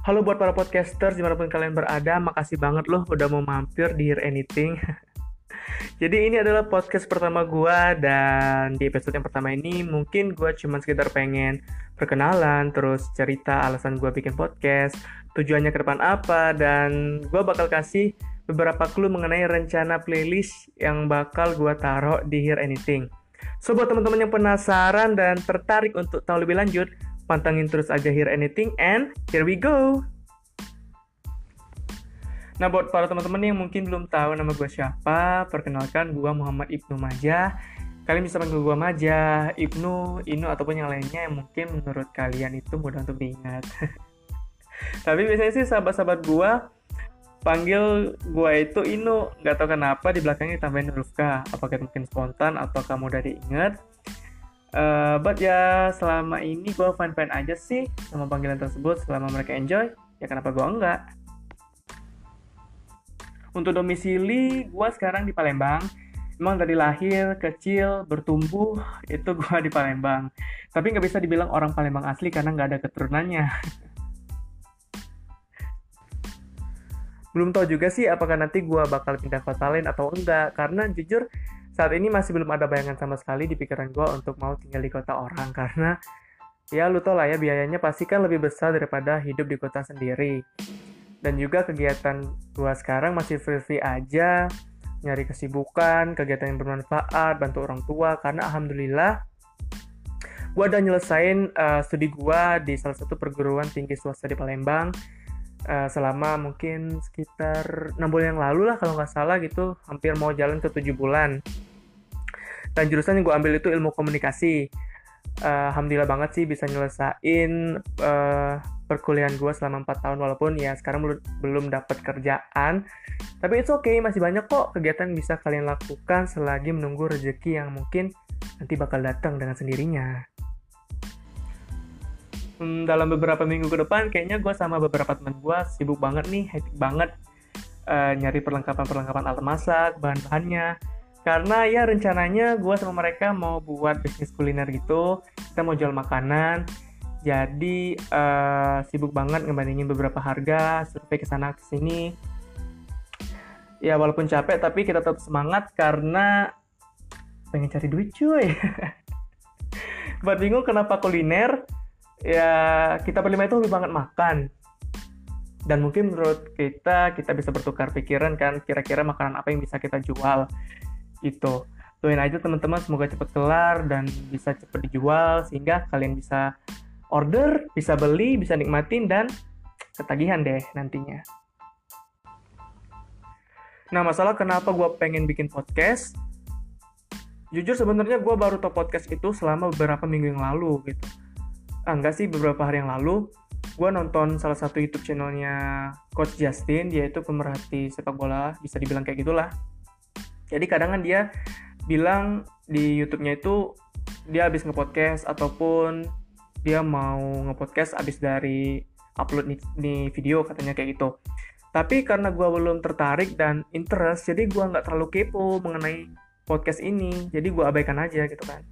Halo buat para podcasters dimanapun kalian berada, makasih banget loh udah mau mampir di Hear Anything. Jadi ini adalah podcast pertama gua dan di episode yang pertama ini mungkin gua cuma sekedar pengen perkenalan, terus cerita alasan gua bikin podcast, tujuannya ke depan apa, dan gua bakal kasih beberapa clue mengenai rencana playlist yang bakal gua taruh di Hear Anything. So buat teman-teman yang penasaran dan tertarik untuk tahu lebih lanjut, pantengin terus aja Hear Anything and here we go. Nah buat para teman-teman yang mungkin belum tahu nama gue siapa, perkenalkan gue Muhammad Ibnu Majah. Kalian bisa panggil gue Majah, Ibnu, Inu ataupun yang lainnya yang mungkin menurut kalian itu mudah untuk diingat. Tapi biasanya sih sahabat-sahabat gue panggil gue itu Inu, nggak tahu kenapa di belakangnya ditambahin huruf K. Apakah mungkin spontan atau kamu udah diingat? But ya selama ini gue fine-fine aja sih sama panggilan tersebut. Selama mereka enjoy, ya kenapa gue enggak? Untuk domisili, gue sekarang di Palembang. Emang dari lahir, kecil, bertumbuh, itu gue di Palembang. Tapi nggak bisa dibilang orang Palembang asli karena nggak ada keturunannya. Belum tahu juga sih apakah nanti gue bakal pindah kota lain atau enggak. Karena jujur, saat ini masih belum ada bayangan sama sekali di pikiran gue untuk mau tinggal di kota orang. Karena, ya lu tau lah ya, biayanya pasti kan lebih besar daripada hidup di kota sendiri. Dan juga kegiatan gue sekarang masih free-free aja, nyari kesibukan, kegiatan yang bermanfaat, bantu orang tua, karena alhamdulillah gue udah nyelesain studi gue di salah satu perguruan tinggi swasta di Palembang selama mungkin sekitar 6 bulan yang lalu lah kalau nggak salah gitu, hampir mau jalan ke 7 bulan. Dan jurusan yang gue ambil itu ilmu komunikasi. Alhamdulillah banget sih bisa nyelesain perkuliahan gue selama 4 tahun walaupun ya sekarang belum dapat kerjaan, tapi it's okay, masih banyak kok kegiatan yang bisa kalian lakukan selagi menunggu rezeki yang mungkin nanti bakal datang dengan sendirinya. Dalam beberapa minggu ke depan kayaknya gue sama beberapa teman gue sibuk banget nih, hektik banget nyari perlengkapan alat masak, bahan-bahannya. Karena ya rencananya gue sama mereka mau buat bisnis kuliner gitu, kita mau jual makanan. Jadi sibuk banget ngebandingin beberapa harga, survei kesana kesini. Ya walaupun capek tapi kita tetap semangat karena pengen cari duit cuy. Buat bingung kenapa kuliner, ya kita berlima itu hobi banget makan. Dan mungkin menurut kita bisa bertukar pikiran kan, kira-kira makanan apa yang bisa kita jual gitu. Doain aja teman-teman semoga cepet kelar dan bisa cepet dijual sehingga kalian bisa order, bisa beli, bisa nikmatin, dan ketagihan deh nantinya. Nah, masalah kenapa gue pengen bikin podcast, jujur sebenarnya gue baru tau podcast itu selama beberapa minggu yang lalu gitu. Enggak sih, beberapa hari yang lalu, gue nonton salah satu YouTube channelnya Coach Justin, dia itu pemerhati sepak bola, bisa dibilang kayak gitulah. Jadi kadang kan dia bilang di YouTube-nya itu, dia habis nge-podcast ataupun dia mau nge-podcast abis dari upload nih video katanya kayak gitu. Tapi karena gue belum tertarik dan interest, jadi gue nggak terlalu kepo mengenai podcast ini. Jadi gue abaikan aja gitu kan.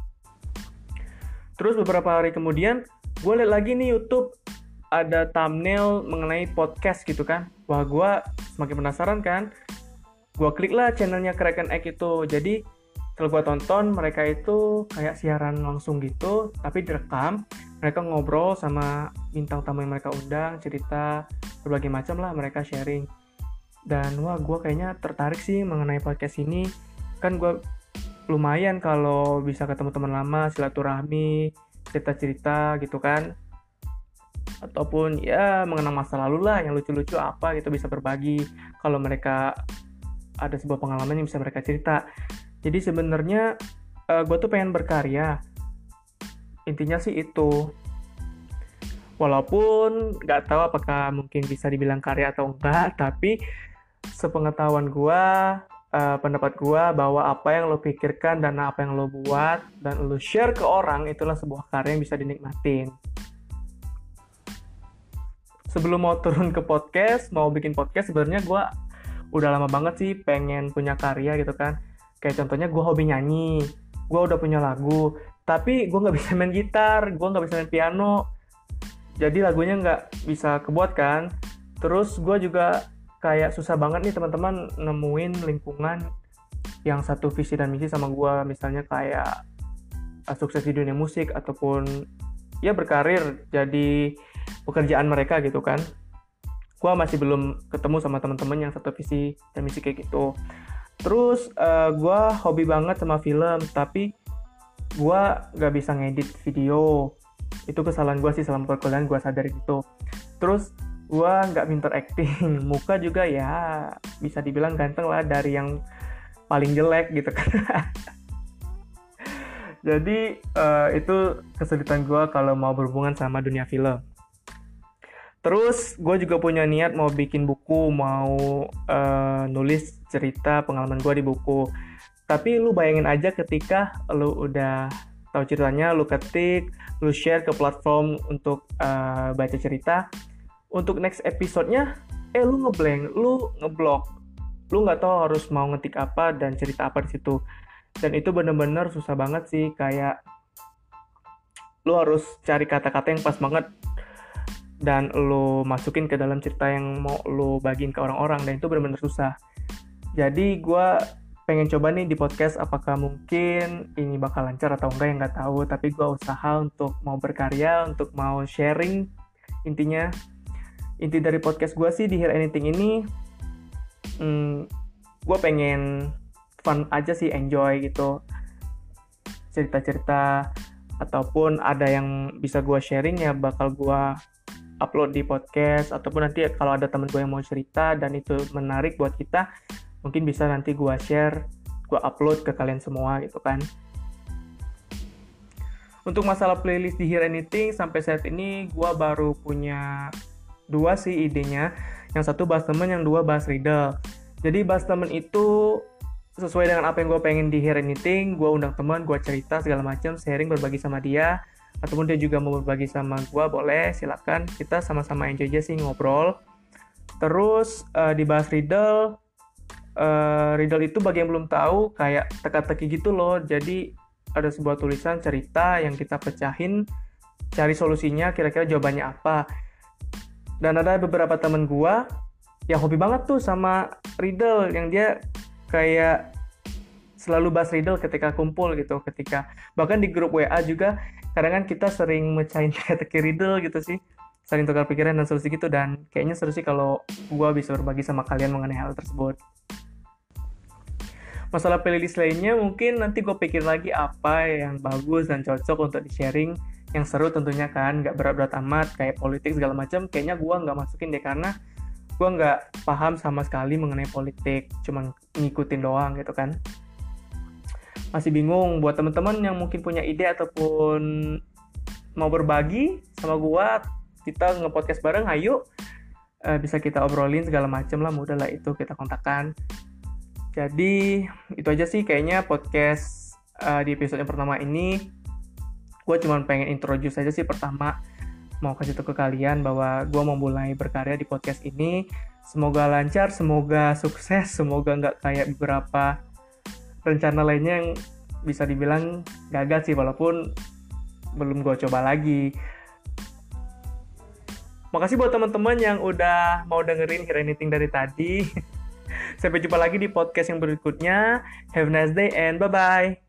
Terus beberapa hari kemudian, gue liat lagi nih YouTube ada thumbnail mengenai podcast gitu kan. Wah gue semakin penasaran kan. Gue klik lah channelnya Kraken Egg itu. Jadi kalau gue tonton mereka itu kayak siaran langsung gitu, tapi direkam. Mereka ngobrol sama bintang tamu yang mereka undang, cerita berbagai macam lah, mereka sharing. Dan wah gue kayaknya tertarik sih mengenai podcast ini. Kan gue lumayan kalau bisa ketemu teman lama, silaturahmi, cerita-cerita gitu kan. Ataupun ya mengenang masa lalu lah yang lucu-lucu apa gitu, bisa berbagi. Kalau mereka ada sebuah pengalaman yang bisa mereka cerita. Jadi sebenarnya gue tuh pengen berkarya. Intinya sih itu. Walaupun nggak tahu apakah mungkin bisa dibilang karya atau enggak, tapi sepengetahuan gue, pendapat gue bahwa apa yang lo pikirkan dan apa yang lo buat dan lo share ke orang itulah sebuah karya yang bisa dinikmatin. Sebelum mau turun ke podcast, mau bikin podcast, sebenarnya gue udah lama banget sih pengen punya karya gitu kan. Kayak contohnya gue hobi nyanyi, gue udah punya lagu, tapi gue nggak bisa main gitar, gue nggak bisa main piano. jadi lagunya nggak bisa kebuat kan. Terus gue juga kayak susah banget nih teman-teman nemuin lingkungan yang satu visi dan misi sama gue, misalnya kayak sukses di dunia musik ataupun ya berkarir jadi pekerjaan mereka gitu kan. Gue masih belum ketemu sama teman-teman yang satu visi dan misi kayak gitu. Terus gue hobi banget sama film, tapi gue gak bisa ngedit video. Itu kesalahan gue sih selama perkuliahan, gue sadarin itu. Terus gue gak pinter acting. Muka juga ya bisa dibilang ganteng lah, dari yang paling jelek gitu kan. Jadi itu kesulitan gue kalau mau berhubungan sama dunia film. Terus gue juga punya niat mau bikin buku, mau nulis cerita pengalaman gue di buku. Tapi lu bayangin aja ketika lu udah tahu ceritanya, lu ketik, lu share ke platform untuk baca cerita. Untuk next episode-nya, lu ngeblank, lu ngeblok. Lu nggak tahu harus mau ngetik apa dan cerita apa di situ. Dan itu bener-bener susah banget sih, kayak lu harus cari kata-kata yang pas banget dan lo masukin ke dalam cerita yang mau lo bagiin ke orang-orang, dan itu benar-benar susah. Jadi gue pengen coba nih di podcast, apakah mungkin ini bakal lancar atau enggak, yang nggak tahu. Tapi gue usaha untuk mau berkarya, untuk mau sharing. Intinya, inti dari podcast gue sih di Hear Anything ini, gue pengen fun aja sih, enjoy gitu, cerita-cerita ataupun ada yang bisa gue sharing ya bakal gue upload di podcast, ataupun nanti kalau ada temen gue yang mau cerita dan itu menarik buat kita, mungkin bisa nanti gue share, gue upload ke kalian semua gitu kan. Untuk masalah playlist di Hear Anything, sampai saat ini gue baru punya 2 sih idenya. Yang satu bahas temen, yang 2 bahas riddle. Jadi bahas temen itu sesuai dengan apa yang gue pengen di Hear Anything. Gue undang teman, gue cerita segala macam, sharing, berbagi sama dia. Ataupun dia juga mau berbagi sama gue, boleh, silakan. Kita sama-sama enjoy aja sih ngobrol. Terus dibahas riddle. Riddle itu bagi yang belum tahu kayak teka-teki gitu loh. Jadi ada sebuah tulisan cerita yang kita pecahin, cari solusinya, kira-kira jawabannya apa. Dan ada beberapa temen gue yang hobi banget tuh sama riddle, yang dia kayak selalu bahas riddle ketika kumpul gitu, ketika bahkan di grup WA juga kadang kan kita sering mecahin teka-teki riddle gitu sih, saling tukar pikiran dan solusi gitu. Dan kayaknya seru sih kalau gue bisa berbagi sama kalian mengenai hal tersebut. Masalah playlist lainnya mungkin nanti gue pikir lagi apa yang bagus dan cocok untuk di-sharing, yang seru tentunya kan, gak berat-berat amat kayak politik segala macam. Kayaknya gue gak masukin deh, karena gue gak paham sama sekali mengenai politik, cuman ngikutin doang gitu kan. Masih bingung. Buat teman-teman yang mungkin punya ide ataupun mau berbagi sama gua, kita nge-podcast bareng, ayo. Bisa kita obrolin segala macam lah, mudah lah itu, kita kontakkan. Jadi itu aja sih kayaknya podcast di episode yang pertama ini. Gue cuma pengen introduce aja sih pertama, mau kasih tahu ke kalian bahwa gue mau mulai berkarya di podcast ini. Semoga lancar, semoga sukses, semoga nggak kayak beberapa rencana lainnya yang bisa dibilang gagal sih, walaupun belum gue coba lagi. Makasih buat teman-teman yang udah mau dengerin Hear Anything dari tadi. Sampai jumpa lagi di podcast yang berikutnya. Have a nice day and bye-bye.